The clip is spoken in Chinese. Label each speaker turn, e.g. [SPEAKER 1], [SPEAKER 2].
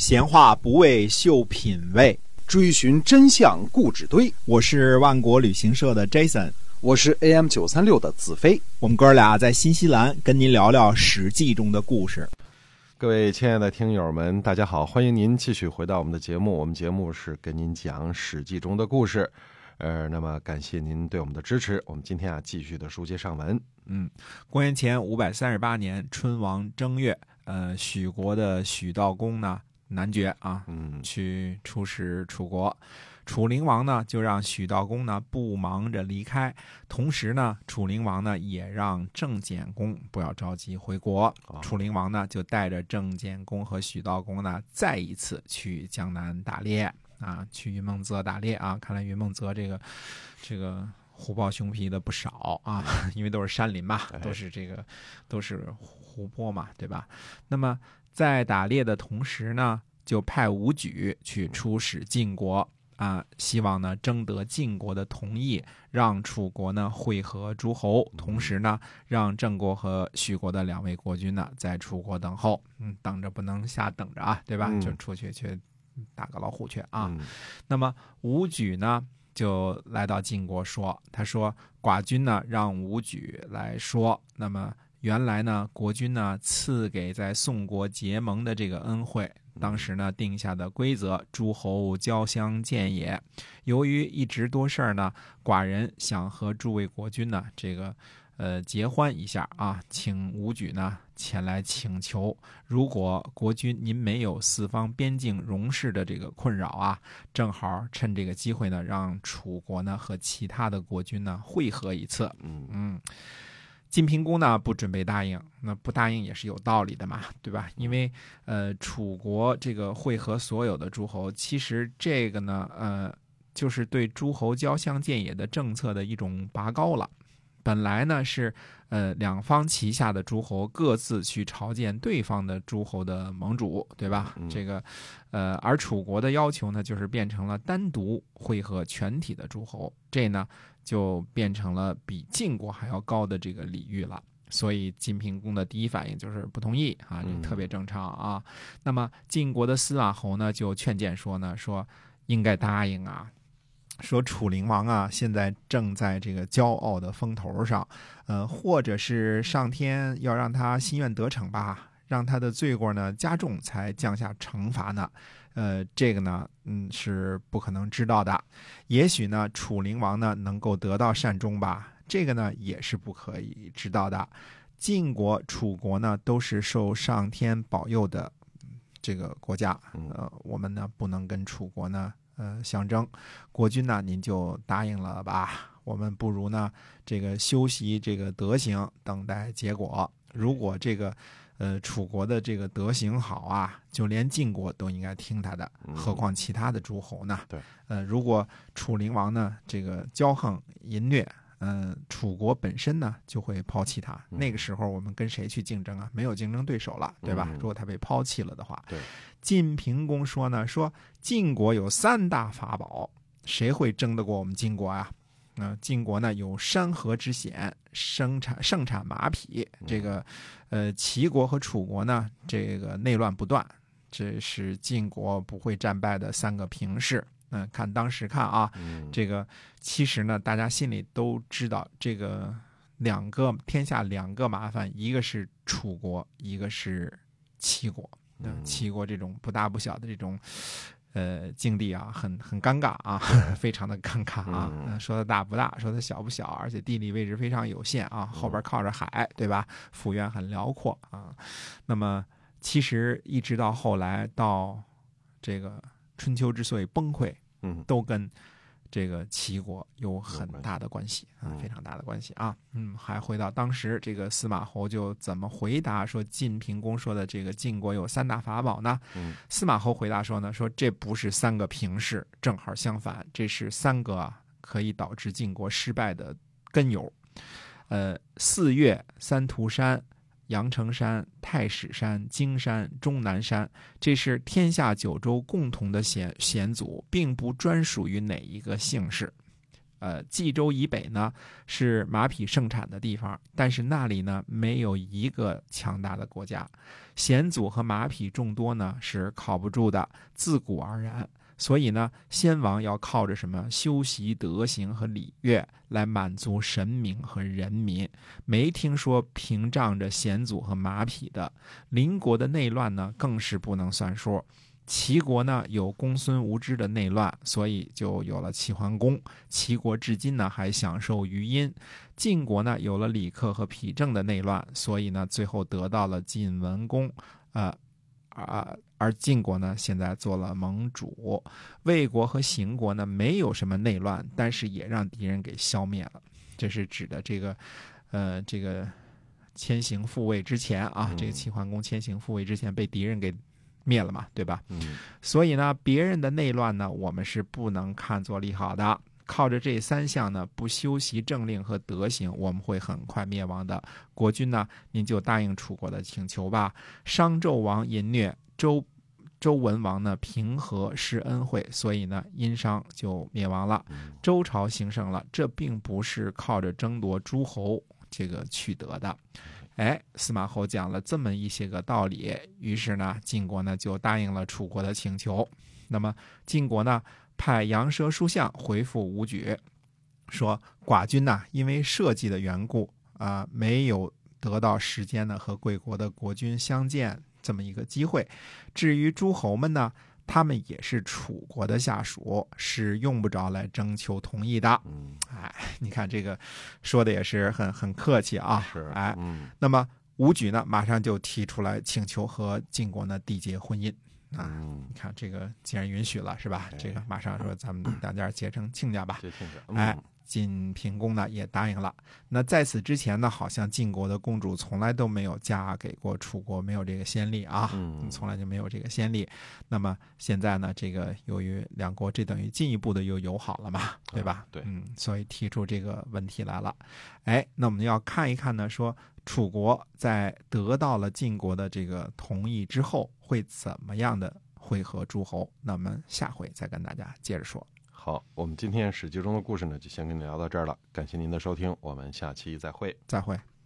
[SPEAKER 1] 闲话不为秀品味，
[SPEAKER 2] 追寻真相故纸堆。
[SPEAKER 1] 我是万国旅行社的 Jason，
[SPEAKER 2] 我是 AM936 的子飞。
[SPEAKER 1] 我们哥俩在新西兰跟您聊聊史记中的故事。
[SPEAKER 3] 各位亲爱的听友们，大家好，欢迎您继续回到我们的节目。我们节目是跟您讲史记中的故事。那么感谢您对我们的支持。我们今天继续的书接上文。
[SPEAKER 1] 公元前538年春王正月，许国的许道公呢男爵啊，去出使楚国。楚灵王呢就让许道公呢不忙着离开，同时呢楚灵王呢也让郑简公不要着急回国。楚灵王呢就带着郑简公和许道公呢再一次去江南打猎啊，去云梦泽打猎啊。看来云梦泽这个虎豹熊皮的不少啊，因为都是山林嘛，都是湖泊嘛，对吧？那么在打猎的同时呢，就派伍举去出使晋国啊，希望呢征得晋国的同意，让楚国呢会合诸侯，同时呢让郑国和许国的两位国君呢在楚国等候。等着不能瞎等着啊，对吧？就出去打个老虎去啊。那么伍举呢就来到晋国说，他说寡君呢让伍举来说，那么原来呢国君呢赐给在宋国结盟的这个恩惠，当时呢定下的规则，诸侯交相见也。由于一直多事儿呢，寡人想和诸位国君呢结欢一下啊，请伍举呢前来请求。如果国君您没有四方边境戎士的这个困扰啊，正好趁这个机会呢，让楚国呢和其他的国君呢会合一次。晋平公呢不准备答应，那不答应也是有道理的嘛，对吧？因为楚国这个会合所有的诸侯，其实这个呢就是对诸侯交相见也的政策的一种拔高了。本来呢是两方旗下的诸侯各自去朝见对方的诸侯的盟主，对吧？而楚国的要求呢就是变成了单独会合全体的诸侯，这呢就变成了比晋国还要高的这个礼遇了。所以晋平公的第一反应就是不同意啊，这特别正常啊。那么晋国的司马侯呢就劝谏说应该答应啊，说楚灵王啊现在正在这个骄傲的风头上，或者是上天要让他心愿得逞吧，让他的罪过呢加重才降下惩罚呢。这个呢是不可能知道的。也许呢楚灵王呢能够得到善终吧，这个呢也是不可以知道的。晋国楚国呢都是受上天保佑的这个国家，我们呢不能跟楚国呢相争。国君呢您就答应了吧，我们不如呢这个修习这个德行，等待结果。如果这个楚国的这个德行好啊，就连晋国都应该听他的，何况其他的诸侯呢？对，如果楚灵王呢这个骄横淫虐，楚国本身呢就会抛弃他。那个时候我们跟谁去竞争啊？没有竞争对手了，对吧？如果他被抛弃了的话，对。晋平公说晋国有3大法宝，谁会争得过我们晋国啊？晋国呢有山河之险，盛产马匹。这个齐国和楚国呢这个内乱不断，这是晋国不会战败的3个平事。看当时看啊，这个其实呢大家心里都知道，这个天下2个麻烦，一个是楚国，一个是齐国。齐国这种不大不小的这种境地啊，很尴尬啊，非常的尴尬啊。说的大不大，说的小不小，而且地理位置非常有限啊，后边靠着海，对吧？幅员很辽阔啊。那么其实一直到后来，到这个春秋之所以崩溃，都跟这个齐国有很大的关系啊，非常大的关系啊。还回到当时这个司马侯就怎么回答说晋平公说的这个晋国有3大法宝呢？司马侯回答说这不是3个平事，正好相反，这是3个可以导致晋国失败的根由。4岳、3涂山、阳城山、太史山、荆山、终南山，这是天下9州共同的险阻，并不专属于哪一个姓氏。 冀州以北呢是马匹盛产的地方，但是那里呢没有一个强大的国家，险阻和马匹众多呢是靠不住的，自古而然。所以呢，先王要靠着什么修习德行和礼乐来满足神明和人民，没听说屏障着险阻和马匹的。邻国的内乱呢，更是不能算数。齐国呢有公孙无知的内乱，所以就有了齐桓公。齐国至今呢还享受余荫。晋国呢有了李克和丕正的内乱，所以呢最后得到了晋文公，而晋国呢现在做了盟主。魏国和邢国呢没有什么内乱，但是也让敌人给消灭了。这是指的这个迁行复魏之前啊，这个齐桓公迁行复魏之前被敌人给灭了嘛，对吧？所以呢，别人的内乱呢，我们是不能看作利好的。靠着这3项呢，不修习政令和德行，我们会很快灭亡的。国君呢，您就答应楚国的请求吧。商纣王淫虐，周文王呢平和施恩惠，所以呢殷商就灭亡了，周朝兴盛了。这并不是靠着争夺诸侯这个取得的。司马侯讲了这么一些个道理，于是呢晋国呢就答应了楚国的请求。那么晋国呢派杨奢书相回复武举，说寡君呢因为社稷的缘故没有得到时间呢和贵国的国君相见这么一个机会。至于诸侯们呢，他们也是楚国的下属，是用不着来征求同意的。你看这个说的也是很客气啊。那么武举呢马上就提出来请求和晋国呢缔结婚姻。你看这个既然允许了是吧？这个马上说咱们大家结成亲家吧。晋平公呢也答应了。那在此之前呢，好像晋国的公主从来都没有嫁给过楚国，没有这个先例啊，从来就没有这个先例。那么现在呢，这个由于两国这等于进一步的又友好了嘛，对吧？
[SPEAKER 3] 对，
[SPEAKER 1] 所以提出这个问题来了。那我们要看一看呢，说楚国在得到了晋国的这个同意之后，会怎么样的会合诸侯？那我们下回再跟大家接着说。
[SPEAKER 3] 好，我们今天史记中的故事呢，就先跟你聊到这儿了。感谢您的收听，我们下期再会。
[SPEAKER 1] 再会。